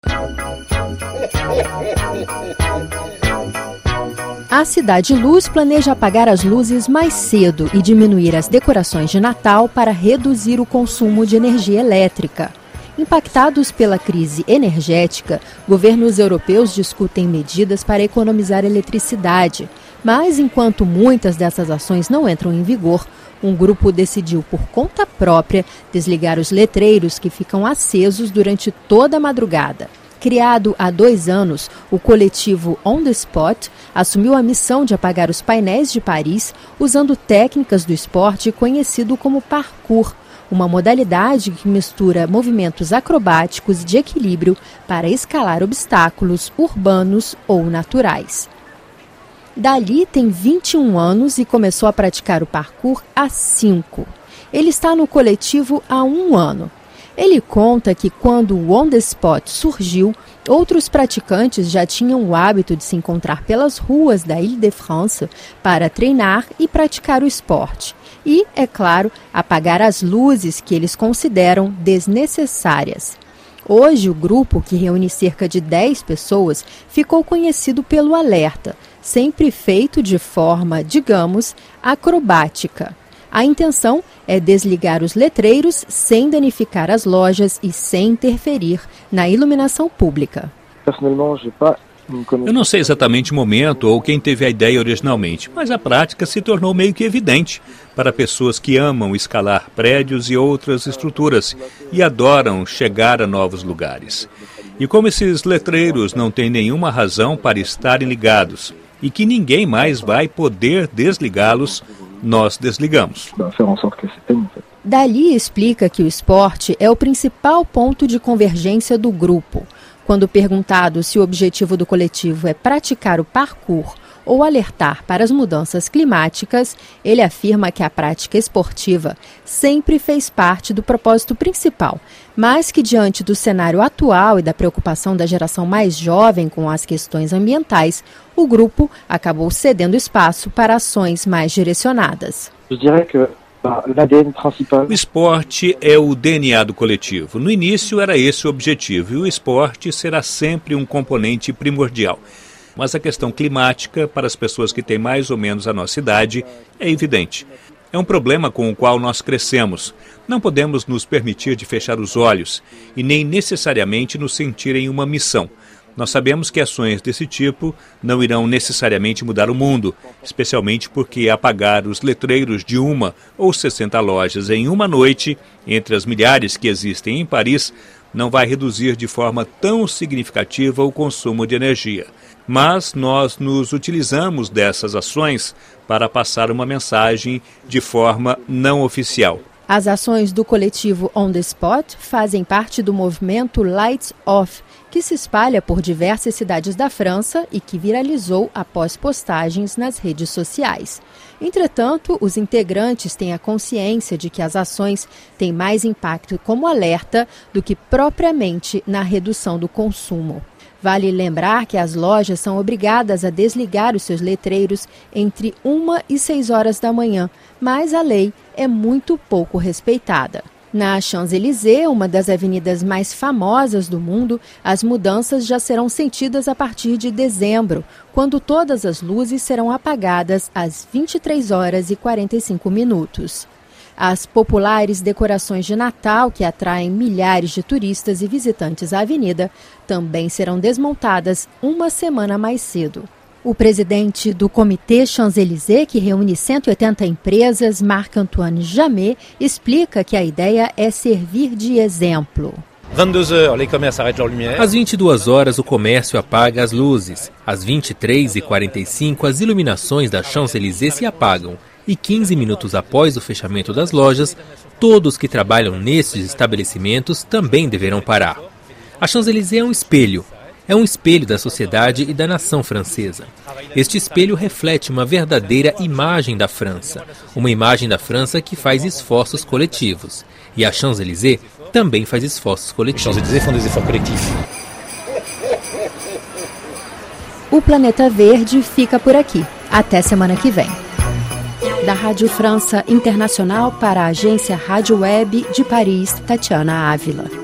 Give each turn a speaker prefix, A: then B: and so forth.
A: A Cidade Luz planeja apagar as luzes mais cedo e diminuir as decorações de Natal para reduzir o consumo de energia elétrica. Impactados pela crise energética, governos europeus discutem medidas para economizar eletricidade. Mas, enquanto muitas dessas ações não entram em vigor, um grupo decidiu, por conta própria, desligar os letreiros que ficam acesos durante toda a madrugada. Criado há 2 anos, o coletivo On The Spot assumiu a missão de apagar os painéis de Paris usando técnicas do esporte conhecido como parkour, uma modalidade que mistura movimentos acrobáticos de equilíbrio para escalar obstáculos urbanos ou naturais. Dali tem 21 anos e começou a praticar o parkour há 5. Ele está no coletivo há 1 ano. Ele conta que quando o On The Spot surgiu, outros praticantes já tinham o hábito de se encontrar pelas ruas da Île-de-France para treinar e praticar o esporte. E, é claro, apagar as luzes que eles consideram desnecessárias. Hoje, o grupo, que reúne cerca de 10 pessoas, ficou conhecido pelo alerta, sempre feito de forma, digamos, acrobática. A intenção é desligar os letreiros sem danificar as lojas e sem interferir na iluminação pública.
B: Eu não sei exatamente o momento ou quem teve a ideia originalmente, mas a prática se tornou meio que evidente para pessoas que amam escalar prédios e outras estruturas e adoram chegar a novos lugares. E como esses letreiros não têm nenhuma razão para estarem ligados e que ninguém mais vai poder desligá-los, nós desligamos.
A: Dali explica que o esporte é o principal ponto de convergência do grupo. Quando perguntado se o objetivo do coletivo é praticar o parkour ou alertar para as mudanças climáticas, ele afirma que a prática esportiva sempre fez parte do propósito principal, mas que diante do cenário atual e da preocupação da geração mais jovem com as questões ambientais, o grupo acabou cedendo espaço para ações mais direcionadas.
B: O esporte é o DNA do coletivo. No início era esse o objetivo e o esporte será sempre um componente primordial. Mas a questão climática, para as pessoas que têm mais ou menos a nossa idade, é evidente. É um problema com o qual nós crescemos. Não podemos nos permitir de fechar os olhos e nem necessariamente nos sentir em uma missão. Nós sabemos que ações desse tipo não irão necessariamente mudar o mundo, especialmente porque apagar os letreiros de 1 ou 60 lojas em uma noite, entre as milhares que existem em Paris, não vai reduzir de forma tão significativa o consumo de energia. Mas nós nos utilizamos dessas ações para passar uma mensagem de forma não oficial.
A: As ações do coletivo On The Spot fazem parte do movimento Lights Off, que se espalha por diversas cidades da França e que viralizou após postagens nas redes sociais. Entretanto, os integrantes têm a consciência de que as ações têm mais impacto como alerta do que propriamente na redução do consumo. Vale lembrar que as lojas são obrigadas a desligar os seus letreiros entre 1 e 6 horas da manhã, mas a lei é muito pouco respeitada. Na Champs-Élysées, uma das avenidas mais famosas do mundo, as mudanças já serão sentidas a partir de dezembro, quando todas as luzes serão apagadas às 23 horas e 45 minutos. As populares decorações de Natal, que atraem milhares de turistas e visitantes à avenida, também serão desmontadas uma semana mais cedo. O presidente do Comitê Champs-Élysées, que reúne 180 empresas, Marc-Antoine Jamet, explica que a ideia é servir de exemplo.
C: Às 22 horas o comércio apaga as luzes. Às 23h45 as iluminações da Champs-Élysées se apagam. E 15 minutos após o fechamento das lojas, todos que trabalham nesses estabelecimentos também deverão parar. A Champs-Élysées é um espelho. É um espelho da sociedade e da nação francesa. Este espelho reflete uma verdadeira imagem da França. Uma imagem da França que faz esforços coletivos. E a Champs-Élysées também faz esforços coletivos.
A: O Planeta Verde fica por aqui. Até semana que vem. Da Rádio França Internacional para a agência Rádio Web de Paris, Tatiana Ávila.